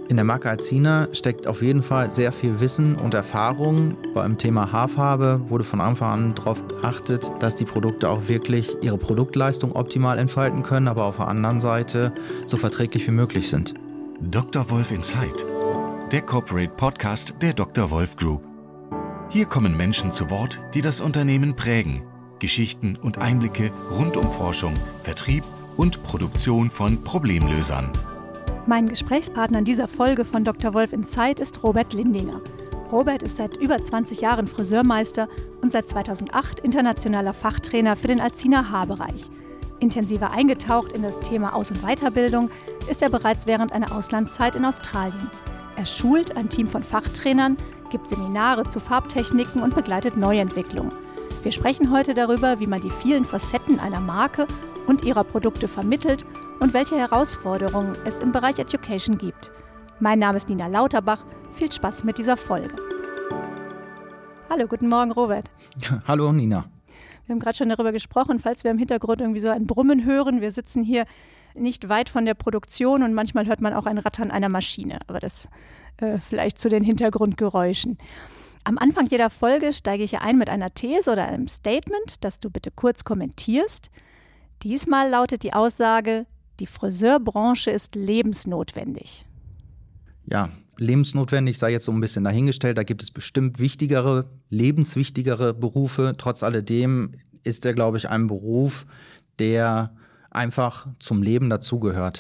In der Marke Alzina steckt auf jeden Fall sehr viel Wissen und Erfahrung. Beim Thema Haarfarbe wurde von Anfang an darauf geachtet, dass die Produkte auch wirklich ihre Produktleistung optimal entfalten können, aber auf der anderen Seite so verträglich wie möglich sind. Dr. Wolf Insight, der Corporate Podcast der Dr. Wolf Group. Hier kommen Menschen zu Wort, die das Unternehmen prägen. Geschichten und Einblicke rund um Forschung, Vertrieb und Produktion von Problemlösern. Mein Gesprächspartner in dieser Folge von Dr. Wolf Insight ist Robert Lindinger. Robert ist seit über 20 Jahren Friseurmeister und seit 2008 internationaler Fachtrainer für den Alzina Haarbereich. Intensiver eingetaucht in das Thema Aus- und Weiterbildung ist er bereits während einer Auslandszeit in Australien. Er schult ein Team von Fachtrainern, gibt Seminare zu Farbtechniken und begleitet Neuentwicklungen. Wir sprechen heute darüber, wie man die vielen Facetten einer Marke und ihrer Produkte vermittelt und welche Herausforderungen es im Bereich Education gibt. Mein Name ist Nina Lauterbach. Viel Spaß mit dieser Folge. Hallo, guten Morgen, Robert. Hallo, Nina. Wir haben gerade schon darüber gesprochen, falls wir im Hintergrund irgendwie so ein Brummen hören. Wir sitzen hier nicht weit von der Produktion und manchmal hört man auch ein Rattern einer Maschine. Aber das vielleicht zu den Hintergrundgeräuschen. Am Anfang jeder Folge steige ich ein mit einer These oder einem Statement, das du bitte kurz kommentierst. Diesmal lautet die Aussage: Die Friseurbranche ist lebensnotwendig. Ja, lebensnotwendig sei jetzt so ein bisschen dahingestellt. Da gibt es bestimmt wichtigere, lebenswichtigere Berufe. Trotz alledem ist der, glaube ich, ein Beruf, der einfach zum Leben dazugehört.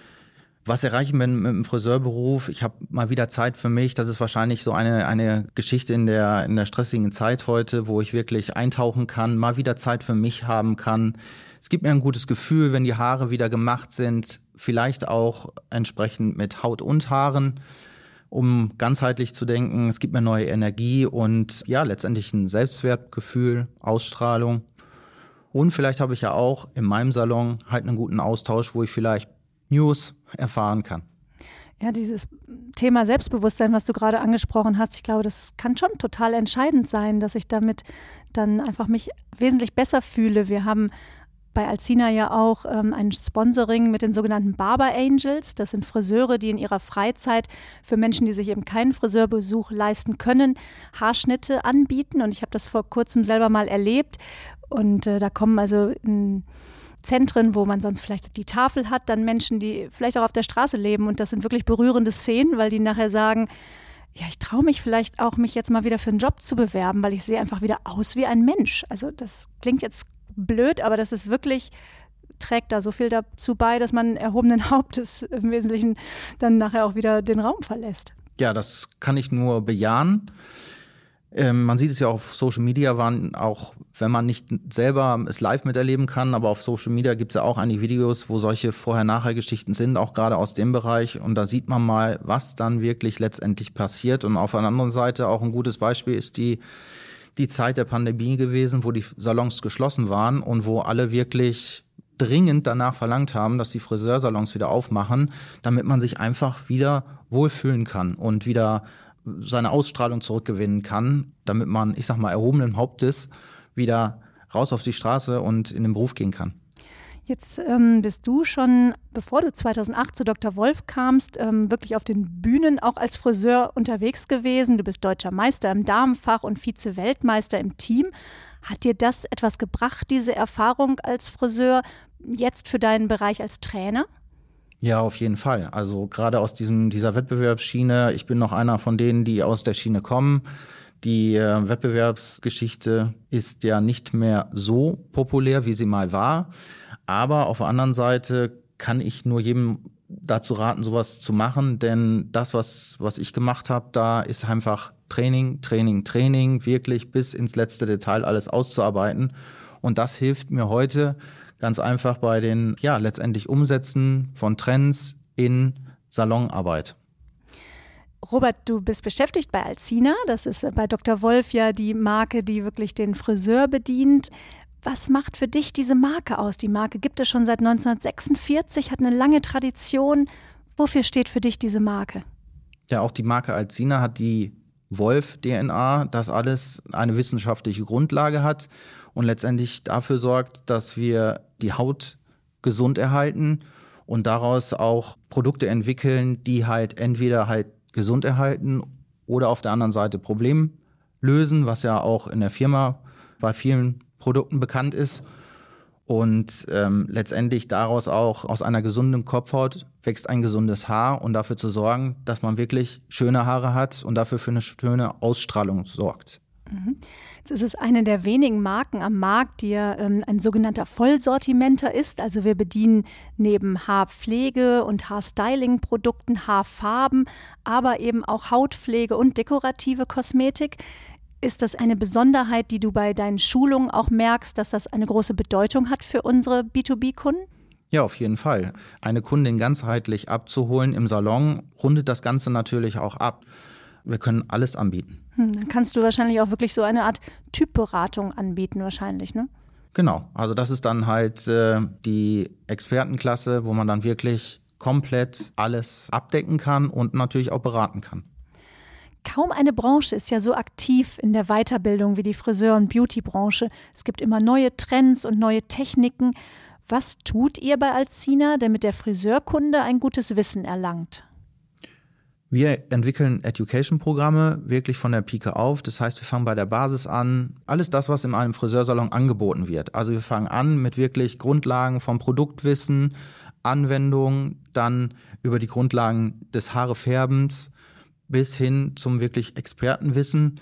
Was erreichen wir mit dem Friseurberuf? Ich habe mal wieder Zeit für mich. Das ist wahrscheinlich so eine Geschichte in der stressigen Zeit heute, wo ich wirklich eintauchen kann, mal wieder Zeit für mich haben kann. Es gibt mir ein gutes Gefühl, wenn die Haare wieder gemacht sind, vielleicht auch entsprechend mit Haut und Haaren, um ganzheitlich zu denken. Es gibt mir neue Energie und ja, letztendlich ein Selbstwertgefühl, Ausstrahlung. Und vielleicht habe ich ja auch in meinem Salon halt einen guten Austausch, wo ich vielleicht News erfahren kann. Ja, dieses Thema Selbstbewusstsein, was du gerade angesprochen hast, ich glaube, das kann schon total entscheidend sein, dass ich damit dann einfach mich wesentlich besser fühle. Wir haben bei Alzina ja auch ein Sponsoring mit den sogenannten Barber Angels. Das sind Friseure, die in ihrer Freizeit für Menschen, die sich eben keinen Friseurbesuch leisten können, Haarschnitte anbieten. Und ich habe das vor kurzem selber mal erlebt. Und da kommen also in Zentren, wo man sonst vielleicht die Tafel hat, dann Menschen, die vielleicht auch auf der Straße leben. Und das sind wirklich berührende Szenen, weil die nachher sagen: Ja, ich traue mich vielleicht auch, mich jetzt mal wieder für einen Job zu bewerben, weil ich sehe einfach wieder aus wie ein Mensch. Also das klingt jetzt blöd, aber das ist wirklich, trägt da so viel dazu bei, dass man erhobenen Hauptes im Wesentlichen dann nachher auch wieder den Raum verlässt. Ja, das kann ich nur bejahen. Man sieht es ja auf Social Media, auch wenn man nicht selber es live miterleben kann, aber auf Social Media gibt es ja auch einige Videos, wo solche Vorher-Nachher-Geschichten sind, auch gerade aus dem Bereich. Und da sieht man mal, was dann wirklich letztendlich passiert. Und auf der anderen Seite auch ein gutes Beispiel ist die Zeit der Pandemie gewesen, wo die Salons geschlossen waren und wo alle wirklich dringend danach verlangt haben, dass die Friseursalons wieder aufmachen, damit man sich einfach wieder wohlfühlen kann und wieder seine Ausstrahlung zurückgewinnen kann, damit man, ich sag mal, erhobenen Hauptes wieder raus auf die Straße und in den Beruf gehen kann. Jetzt bist du schon, bevor du 2008 zu Dr. Wolf kamst, wirklich auf den Bühnen auch als Friseur unterwegs gewesen. Du bist deutscher Meister im Damenfach und Vize-Weltmeister im Team. Hat dir das etwas gebracht, diese Erfahrung als Friseur, jetzt für deinen Bereich als Trainer? Ja, auf jeden Fall. Also gerade aus dieser Wettbewerbsschiene, ich bin noch einer von denen, die aus der Schiene kommen. Die Wettbewerbsgeschichte ist ja nicht mehr so populär, wie sie mal war. Aber auf der anderen Seite kann ich nur jedem dazu raten, sowas zu machen. Denn das, was ich gemacht habe, da ist einfach Training, wirklich bis ins letzte Detail alles auszuarbeiten. Und das hilft mir heute ganz einfach bei den, ja, letztendlich Umsetzen von Trends in Salonarbeit. Robert, du bist beschäftigt bei Alzina. Das ist bei Dr. Wolf ja die Marke, die wirklich den Friseur bedient. Was macht für dich diese Marke aus? Die Marke gibt es schon seit 1946, hat eine lange Tradition. Wofür steht für dich diese Marke? Ja, auch die Marke Alzina hat die Wolf-DNA, das alles eine wissenschaftliche Grundlage hat und letztendlich dafür sorgt, dass wir die Haut gesund erhalten und daraus auch Produkte entwickeln, die halt entweder halt gesund erhalten oder auf der anderen Seite Problem lösen, was ja auch in der Firma bei vielen Produkten bekannt ist. Und letztendlich daraus auch aus einer gesunden Kopfhaut wächst ein gesundes Haar und dafür zu sorgen, dass man wirklich schöne Haare hat und dafür für eine schöne Ausstrahlung sorgt. Jetzt ist es eine der wenigen Marken am Markt, die ja ein sogenannter Vollsortimenter ist. Also wir bedienen neben Haarpflege und Haarstyling-Produkten Haarfarben, aber eben auch Hautpflege und dekorative Kosmetik. Ist das eine Besonderheit, die du bei deinen Schulungen auch merkst, dass das eine große Bedeutung hat für unsere B2B-Kunden? Ja, auf jeden Fall. Eine Kundin ganzheitlich abzuholen im Salon rundet das Ganze natürlich auch ab. Wir können alles anbieten. Dann kannst du wahrscheinlich auch wirklich so eine Art Typberatung anbieten wahrscheinlich, ne? Genau, also das ist dann halt die Expertenklasse, wo man dann wirklich komplett alles abdecken kann und natürlich auch beraten kann. Kaum eine Branche ist ja so aktiv in der Weiterbildung wie die Friseur- und Beauty-Branche. Es gibt immer neue Trends und neue Techniken. Was tut ihr bei Alcina, damit der Friseurkunde ein gutes Wissen erlangt? Wir entwickeln Education-Programme wirklich von der Pike auf. Das heißt, wir fangen bei der Basis an. Alles das, was in einem Friseursalon angeboten wird. Also wir fangen an mit wirklich Grundlagen vom Produktwissen, Anwendung, dann über die Grundlagen des Haarefärbens bis hin zum wirklich Expertenwissen,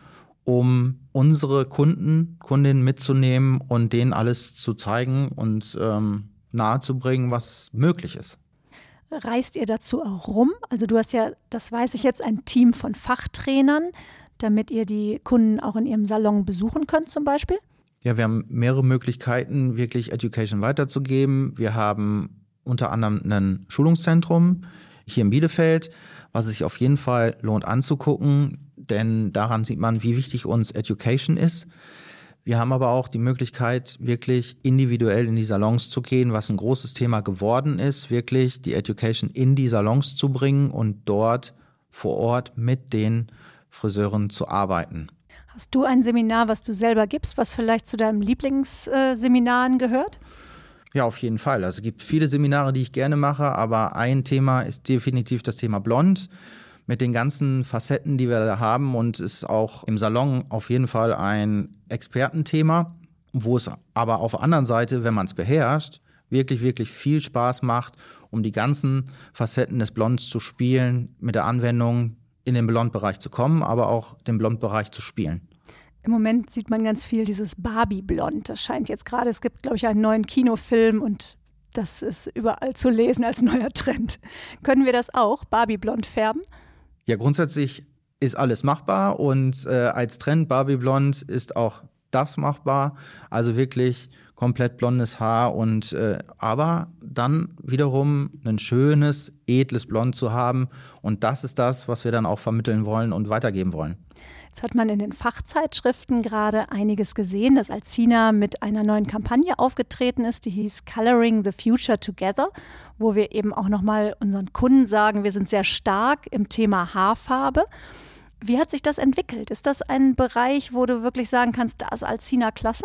um unsere Kundinnen mitzunehmen und denen alles zu zeigen und nahezubringen, was möglich ist. Reist ihr dazu auch rum? Also du hast ja, das weiß ich jetzt, ein Team von Fachtrainern, damit ihr die Kunden auch in ihrem Salon besuchen könnt zum Beispiel? Ja, wir haben mehrere Möglichkeiten, wirklich Education weiterzugeben. Wir haben unter anderem ein Schulungszentrum hier in Bielefeld, was es sich auf jeden Fall lohnt anzugucken, denn daran sieht man, wie wichtig uns Education ist. Wir haben aber auch die Möglichkeit, wirklich individuell in die Salons zu gehen, was ein großes Thema geworden ist, wirklich die Education in die Salons zu bringen und dort vor Ort mit den Friseuren zu arbeiten. Hast du ein Seminar, was du selber gibst, was vielleicht zu deinen Lieblingsseminaren gehört? Ja, auf jeden Fall. Also es gibt viele Seminare, die ich gerne mache, aber ein Thema ist definitiv das Thema Blond. Mit den ganzen Facetten, die wir da haben, und ist auch im Salon auf jeden Fall ein Expertenthema, wo es aber auf der anderen Seite, wenn man es beherrscht, wirklich, wirklich viel Spaß macht, um die ganzen Facetten des Blonds zu spielen, mit der Anwendung in den Blondbereich zu kommen, aber auch den Blondbereich zu spielen. Im Moment sieht man ganz viel dieses Barbie-Blond. Das scheint jetzt gerade, es gibt, glaube ich, einen neuen Kinofilm und das ist überall zu lesen als neuer Trend. Können wir das auch, Barbie-Blond färben? Ja, grundsätzlich ist alles machbar und als Trend Barbie Blond ist auch das machbar. Also wirklich komplett blondes Haar und aber dann wiederum ein schönes, edles Blond zu haben. Und das ist das, was wir dann auch vermitteln wollen und weitergeben wollen. Jetzt hat man in den Fachzeitschriften gerade einiges gesehen, dass Alcina mit einer neuen Kampagne aufgetreten ist, die hieß Coloring the Future Together, wo wir eben auch nochmal unseren Kunden sagen, wir sind sehr stark im Thema Haarfarbe. Wie hat sich das entwickelt? Ist das ein Bereich, wo du wirklich sagen kannst, da ist Alcina klasse?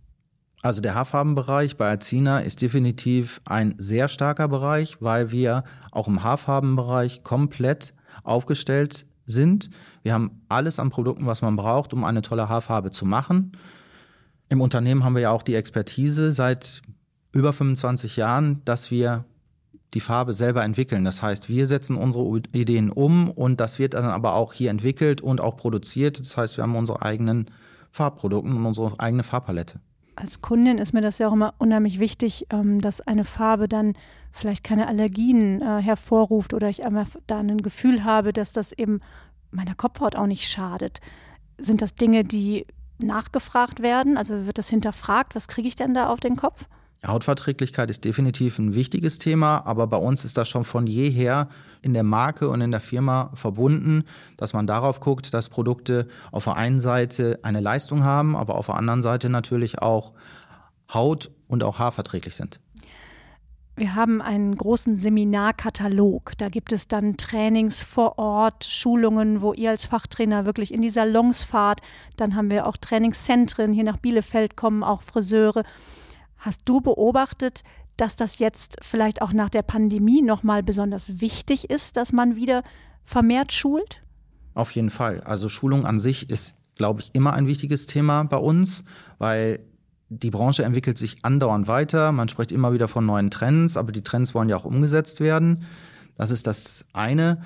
Also der Haarfarbenbereich bei Alcina ist definitiv ein sehr starker Bereich, weil wir auch im Haarfarbenbereich komplett aufgestellt sind. Wir haben alles an Produkten, was man braucht, um eine tolle Haarfarbe zu machen. Im Unternehmen haben wir ja auch die Expertise seit über 25 Jahren, dass wir die Farbe selber entwickeln. Das heißt, wir setzen unsere Ideen um und das wird dann aber auch hier entwickelt und auch produziert. Das heißt, wir haben unsere eigenen Farbprodukte und unsere eigene Farbpalette. Als Kundin ist mir das ja auch immer unheimlich wichtig, dass eine Farbe dann vielleicht keine Allergien hervorruft oder ich einmal da ein Gefühl habe, dass das eben meiner Kopfhaut auch nicht schadet. Sind das Dinge, die nachgefragt werden? Also wird das hinterfragt? Was kriege ich denn da auf den Kopf? Hautverträglichkeit ist definitiv ein wichtiges Thema, aber bei uns ist das schon von jeher in der Marke und in der Firma verbunden, dass man darauf guckt, dass Produkte auf der einen Seite eine Leistung haben, aber auf der anderen Seite natürlich auch haut- und auch haarverträglich sind. Wir haben einen großen Seminarkatalog. Da gibt es dann Trainings vor Ort, Schulungen, wo ihr als Fachtrainer wirklich in die Salons fahrt. Dann haben wir auch Trainingszentren. Hier nach Bielefeld kommen auch Friseure. Hast du beobachtet, dass das jetzt vielleicht auch nach der Pandemie nochmal besonders wichtig ist, dass man wieder vermehrt schult? Auf jeden Fall. Also Schulung an sich ist, glaube ich, immer ein wichtiges Thema bei uns, weil die Branche entwickelt sich andauernd weiter. Man spricht immer wieder von neuen Trends, aber die Trends wollen ja auch umgesetzt werden. Das ist das eine.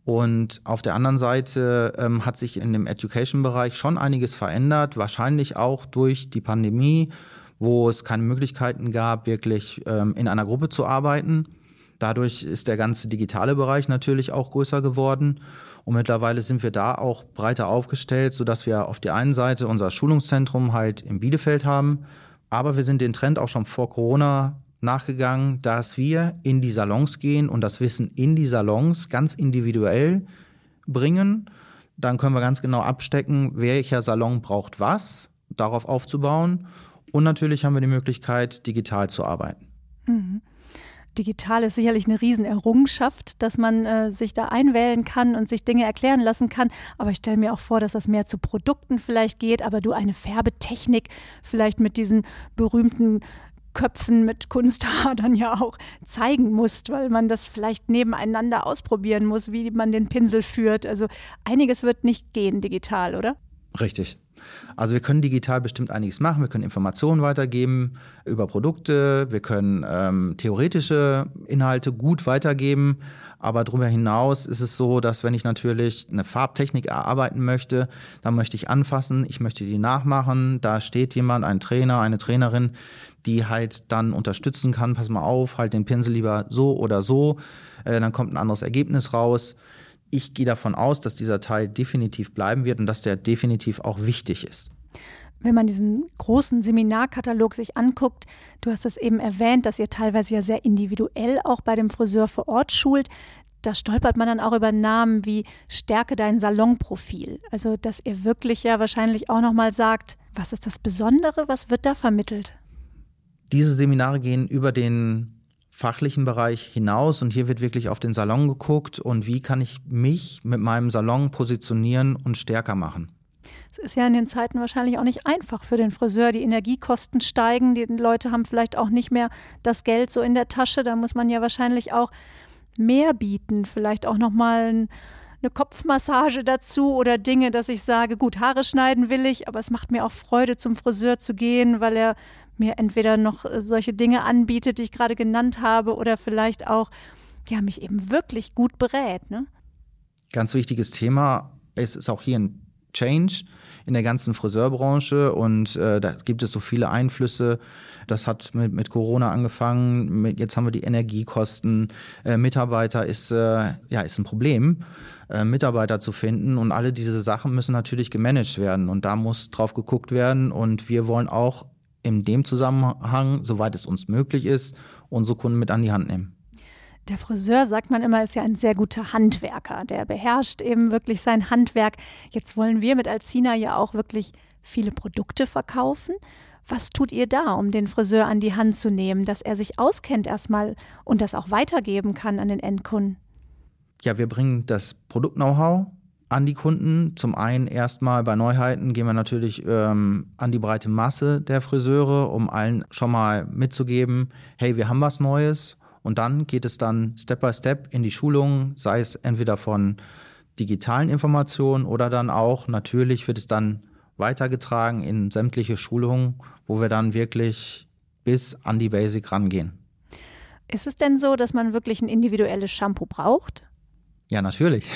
Und auf der anderen Seite hat sich in dem Education-Bereich schon einiges verändert, wahrscheinlich auch durch die Pandemie, wo es keine Möglichkeiten gab, wirklich in einer Gruppe zu arbeiten. Dadurch ist der ganze digitale Bereich natürlich auch größer geworden. Und mittlerweile sind wir da auch breiter aufgestellt, sodass wir auf der einen Seite unser Schulungszentrum halt in Bielefeld haben. Aber wir sind den Trend auch schon vor Corona nachgegangen, dass wir in die Salons gehen und das Wissen in die Salons ganz individuell bringen. Dann können wir ganz genau abstecken, welcher Salon braucht was, darauf aufzubauen. Und natürlich haben wir die Möglichkeit, digital zu arbeiten. Mhm. Digital ist sicherlich eine Riesenerrungenschaft, dass man sich da einwählen kann und sich Dinge erklären lassen kann. Aber ich stelle mir auch vor, dass das mehr zu Produkten vielleicht geht, aber du eine Färbetechnik vielleicht mit diesen berühmten Köpfen mit Kunsthaar dann ja auch zeigen musst, weil man das vielleicht nebeneinander ausprobieren muss, wie man den Pinsel führt. Also einiges wird nicht gehen digital, oder? Richtig. Also wir können digital bestimmt einiges machen. Wir können Informationen weitergeben über Produkte. Wir können theoretische Inhalte gut weitergeben. Aber darüber hinaus ist es so, dass wenn ich natürlich eine Farbtechnik erarbeiten möchte, dann möchte ich anfassen, ich möchte die nachmachen. Da steht jemand, ein Trainer, eine Trainerin, die halt dann unterstützen kann. Pass mal auf, halt den Pinsel lieber so oder so. Dann kommt ein anderes Ergebnis raus. Ich gehe davon aus, dass dieser Teil definitiv bleiben wird und dass der definitiv auch wichtig ist. Wenn man diesen großen Seminarkatalog sich anguckt, du hast es eben erwähnt, dass ihr teilweise ja sehr individuell auch bei dem Friseur vor Ort schult. Da stolpert man dann auch über Namen wie Stärke dein Salonprofil. Also dass ihr wirklich ja wahrscheinlich auch nochmal sagt, was ist das Besondere, was wird da vermittelt? Diese Seminare gehen über den fachlichen Bereich hinaus und hier wird wirklich auf den Salon geguckt und wie kann ich mich mit meinem Salon positionieren und stärker machen. Es ist ja in den Zeiten wahrscheinlich auch nicht einfach für den Friseur. Die Energiekosten steigen, die Leute haben vielleicht auch nicht mehr das Geld so in der Tasche. Da muss man ja wahrscheinlich auch mehr bieten, vielleicht auch nochmal eine Kopfmassage dazu oder Dinge, dass ich sage, gut, Haare schneiden will ich, aber es macht mir auch Freude, zum Friseur zu gehen, weil er mir entweder noch solche Dinge anbietet, die ich gerade genannt habe, oder vielleicht auch, ja, mich eben wirklich gut berät, ne? Ganz wichtiges Thema. Es ist auch hier ein Change in der ganzen Friseurbranche und da gibt es so viele Einflüsse. Das hat mit Corona angefangen. Jetzt haben wir die Energiekosten. Mitarbeiter ist ein Problem, Mitarbeiter zu finden. Und alle diese Sachen müssen natürlich gemanagt werden. Und da muss drauf geguckt werden. Und wir wollen auch in dem Zusammenhang, soweit es uns möglich ist, unsere Kunden mit an die Hand nehmen. Der Friseur, sagt man immer, ist ja ein sehr guter Handwerker. Der beherrscht eben wirklich sein Handwerk. Jetzt wollen wir mit Alcina ja auch wirklich viele Produkte verkaufen. Was tut ihr da, um den Friseur an die Hand zu nehmen, dass er sich auskennt erstmal und das auch weitergeben kann an den Endkunden? Ja, wir bringen das Produkt-Know-how an die Kunden. Zum einen erstmal bei Neuheiten gehen wir natürlich an die breite Masse der Friseure, um allen schon mal mitzugeben, hey, wir haben was Neues. Und dann geht es dann Step by Step in die Schulung, sei es entweder von digitalen Informationen oder dann auch, natürlich wird es dann weitergetragen in sämtliche Schulungen, wo wir dann wirklich bis an die Basic rangehen. Ist es denn so, dass man wirklich ein individuelles Shampoo braucht? Ja, natürlich.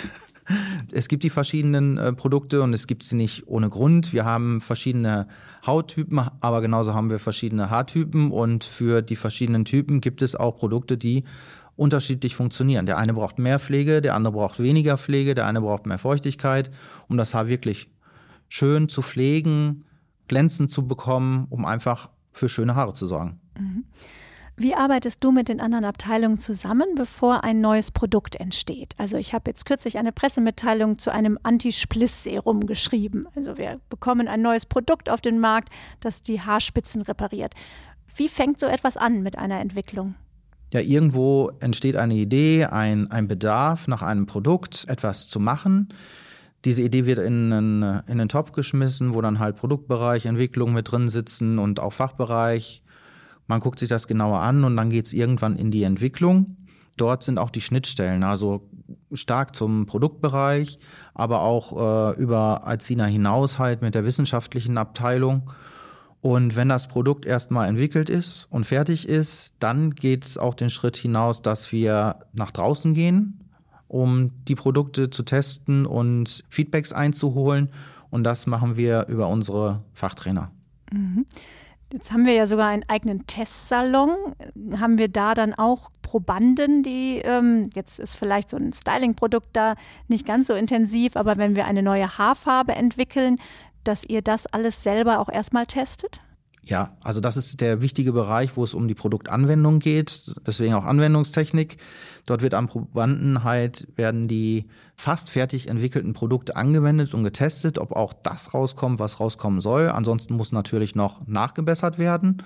Es gibt die verschiedenen Produkte und es gibt sie nicht ohne Grund. Wir haben verschiedene Hauttypen, aber genauso haben wir verschiedene Haartypen und für die verschiedenen Typen gibt es auch Produkte, die unterschiedlich funktionieren. Der eine braucht mehr Pflege, der andere braucht weniger Pflege, der eine braucht mehr Feuchtigkeit, um das Haar wirklich schön zu pflegen, glänzend zu bekommen, um einfach für schöne Haare zu sorgen. Mhm. Wie arbeitest du mit den anderen Abteilungen zusammen, bevor ein neues Produkt entsteht? Also ich habe jetzt kürzlich eine Pressemitteilung zu einem Anti-Spliss-Serum geschrieben. Also wir bekommen ein neues Produkt auf den Markt, das die Haarspitzen repariert. Wie fängt so etwas an mit einer Entwicklung? Ja, irgendwo entsteht eine Idee, ein Bedarf nach einem Produkt, etwas zu machen. Diese Idee wird in einen Topf geschmissen, wo dann halt Produktbereich, Entwicklung mit drin sitzen und auch Fachbereich, Man guckt sich das genauer an und dann geht es irgendwann in die Entwicklung. Dort sind auch die Schnittstellen, also stark zum Produktbereich, aber auch über Alzina hinaus halt mit der wissenschaftlichen Abteilung. Und wenn das Produkt erstmal entwickelt ist und fertig ist, dann geht es auch den Schritt hinaus, dass wir nach draußen gehen, um die Produkte zu testen und Feedbacks einzuholen. Und das machen wir über unsere Fachtrainer. Mhm. Jetzt haben wir ja sogar einen eigenen Testsalon. Haben wir da dann auch Probanden, die, jetzt ist vielleicht so ein Styling-Produkt da nicht ganz so intensiv, aber wenn wir eine neue Haarfarbe entwickeln, dass ihr das alles selber auch erstmal testet? Ja, also das ist der wichtige Bereich, wo es um die Produktanwendung geht, deswegen auch Anwendungstechnik. Dort wird am Probanden werden die fast fertig entwickelten Produkte angewendet und getestet, ob auch das rauskommt, was rauskommen soll. Ansonsten muss natürlich noch nachgebessert werden.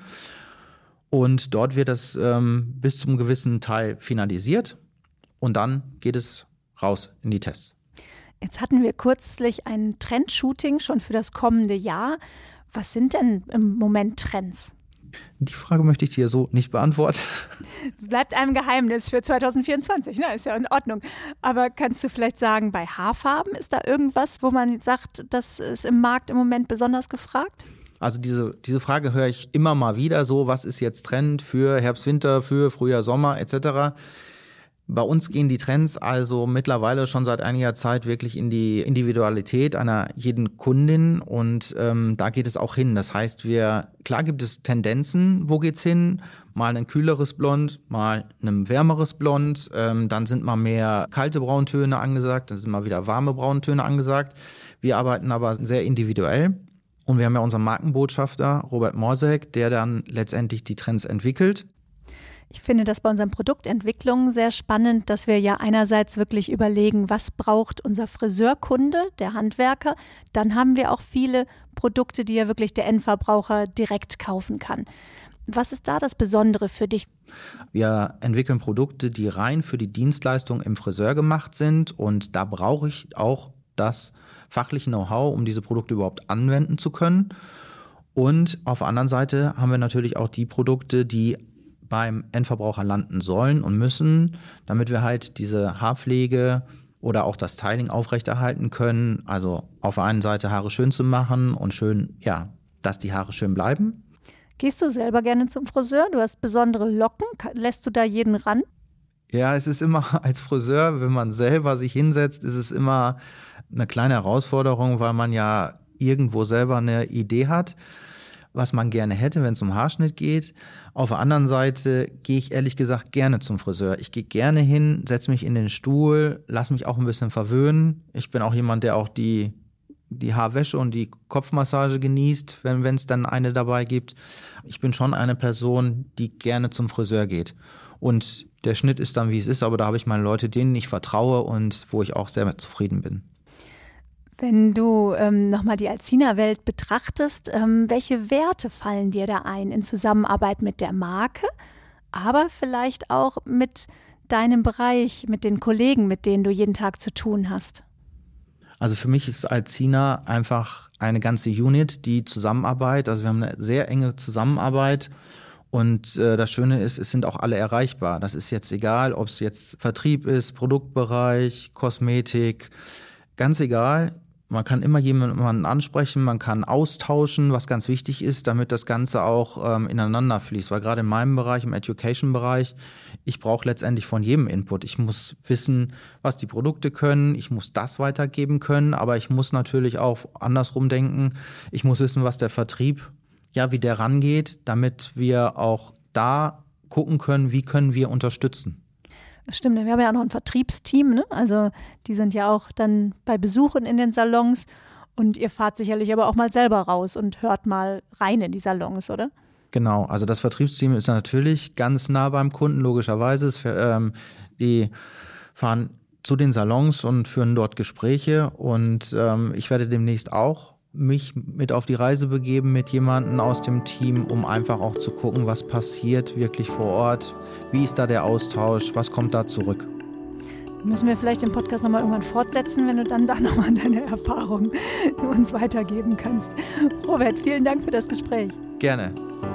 Und dort wird es bis zum gewissen Teil finalisiert und dann geht es raus in die Tests. Jetzt hatten wir kürzlich ein Trendshooting schon für das kommende Jahr. Was sind denn im Moment Trends? Die Frage möchte ich dir so nicht beantworten. Bleibt einem Geheimnis für 2024, ne? Ist ja in Ordnung. Aber kannst du vielleicht sagen, bei Haarfarben ist da irgendwas, wo man sagt, das ist im Markt im Moment besonders gefragt? Also diese Frage höre ich immer mal wieder so, was ist jetzt Trend für Herbst, Winter, für Frühjahr, Sommer etc. Bei uns gehen die Trends also mittlerweile schon seit einiger Zeit wirklich in die Individualität einer jeden Kundin und da geht es auch hin. Das heißt, klar gibt es Tendenzen, wo geht's hin? Mal ein kühleres Blond, mal ein wärmeres Blond, dann sind mal mehr kalte Brauntöne angesagt, dann sind mal wieder warme Brauntöne angesagt. Wir arbeiten aber sehr individuell und wir haben ja unseren Markenbotschafter Robert Morsek, der dann letztendlich die Trends entwickelt. Ich finde das bei unseren Produktentwicklungen sehr spannend, dass wir ja einerseits wirklich überlegen, was braucht unser Friseurkunde, der Handwerker. Dann haben wir auch viele Produkte, die ja wirklich der Endverbraucher direkt kaufen kann. Was ist da das Besondere für dich? Wir entwickeln Produkte, die rein für die Dienstleistung im Friseur gemacht sind und da brauche ich auch das fachliche Know-how, um diese Produkte überhaupt anwenden zu können. Und auf der anderen Seite haben wir natürlich auch die Produkte, die beim Endverbraucher landen sollen und müssen, damit wir halt diese Haarpflege oder auch das Styling aufrechterhalten können. Also auf der einen Seite Haare schön zu machen und schön, ja, dass die Haare schön bleiben. Gehst du selber gerne zum Friseur? Du hast besondere Locken. Lässt du da jeden ran? Ja, es ist immer als Friseur, wenn man selber sich hinsetzt, ist es immer eine kleine Herausforderung, weil man ja irgendwo selber eine Idee hat, was man gerne hätte, wenn es um Haarschnitt geht. Auf der anderen Seite gehe ich ehrlich gesagt gerne zum Friseur. Ich gehe gerne hin, setze mich in den Stuhl, lasse mich auch ein bisschen verwöhnen. Ich bin auch jemand, der auch die Haarwäsche und die Kopfmassage genießt, wenn es dann eine dabei gibt. Ich bin schon eine Person, die gerne zum Friseur geht. Und der Schnitt ist dann, wie es ist, aber da habe ich meine Leute, denen ich vertraue und wo ich auch sehr zufrieden bin. Wenn du nochmal die Alzina-Welt betrachtest, welche Werte fallen dir da ein in Zusammenarbeit mit der Marke, aber vielleicht auch mit deinem Bereich, mit den Kollegen, mit denen du jeden Tag zu tun hast? Also für mich ist Alzina einfach eine ganze Unit, die Zusammenarbeit, also wir haben eine sehr enge Zusammenarbeit und das Schöne ist, es sind auch alle erreichbar. Das ist jetzt egal, ob es jetzt Vertrieb ist, Produktbereich, Kosmetik, ganz egal. Man kann immer jemanden ansprechen, man kann austauschen, was ganz wichtig ist, damit das Ganze auch ineinander fließt. Weil gerade in meinem Bereich, im Education-Bereich, ich brauche letztendlich von jedem Input. Ich muss wissen, was die Produkte können, ich muss das weitergeben können, aber ich muss natürlich auch andersrum denken. Ich muss wissen, was der Vertrieb, ja, wie der rangeht, damit wir auch da gucken können, wie können wir unterstützen. Das stimmt, wir haben ja auch noch ein Vertriebsteam, ne? Also die sind ja auch dann bei Besuchen in den Salons und ihr fahrt sicherlich aber auch mal selber raus und hört mal rein in die Salons, oder? Genau, also das Vertriebsteam ist natürlich ganz nah beim Kunden, logischerweise. Die fahren zu den Salons und führen dort Gespräche und ich werde demnächst auch mich mit auf die Reise begeben mit jemandem aus dem Team, um einfach auch zu gucken, was passiert wirklich vor Ort, wie ist da der Austausch, was kommt da zurück. Müssen wir vielleicht den Podcast nochmal irgendwann fortsetzen, wenn du dann da nochmal deine Erfahrungen uns weitergeben kannst. Robert, vielen Dank für das Gespräch. Gerne.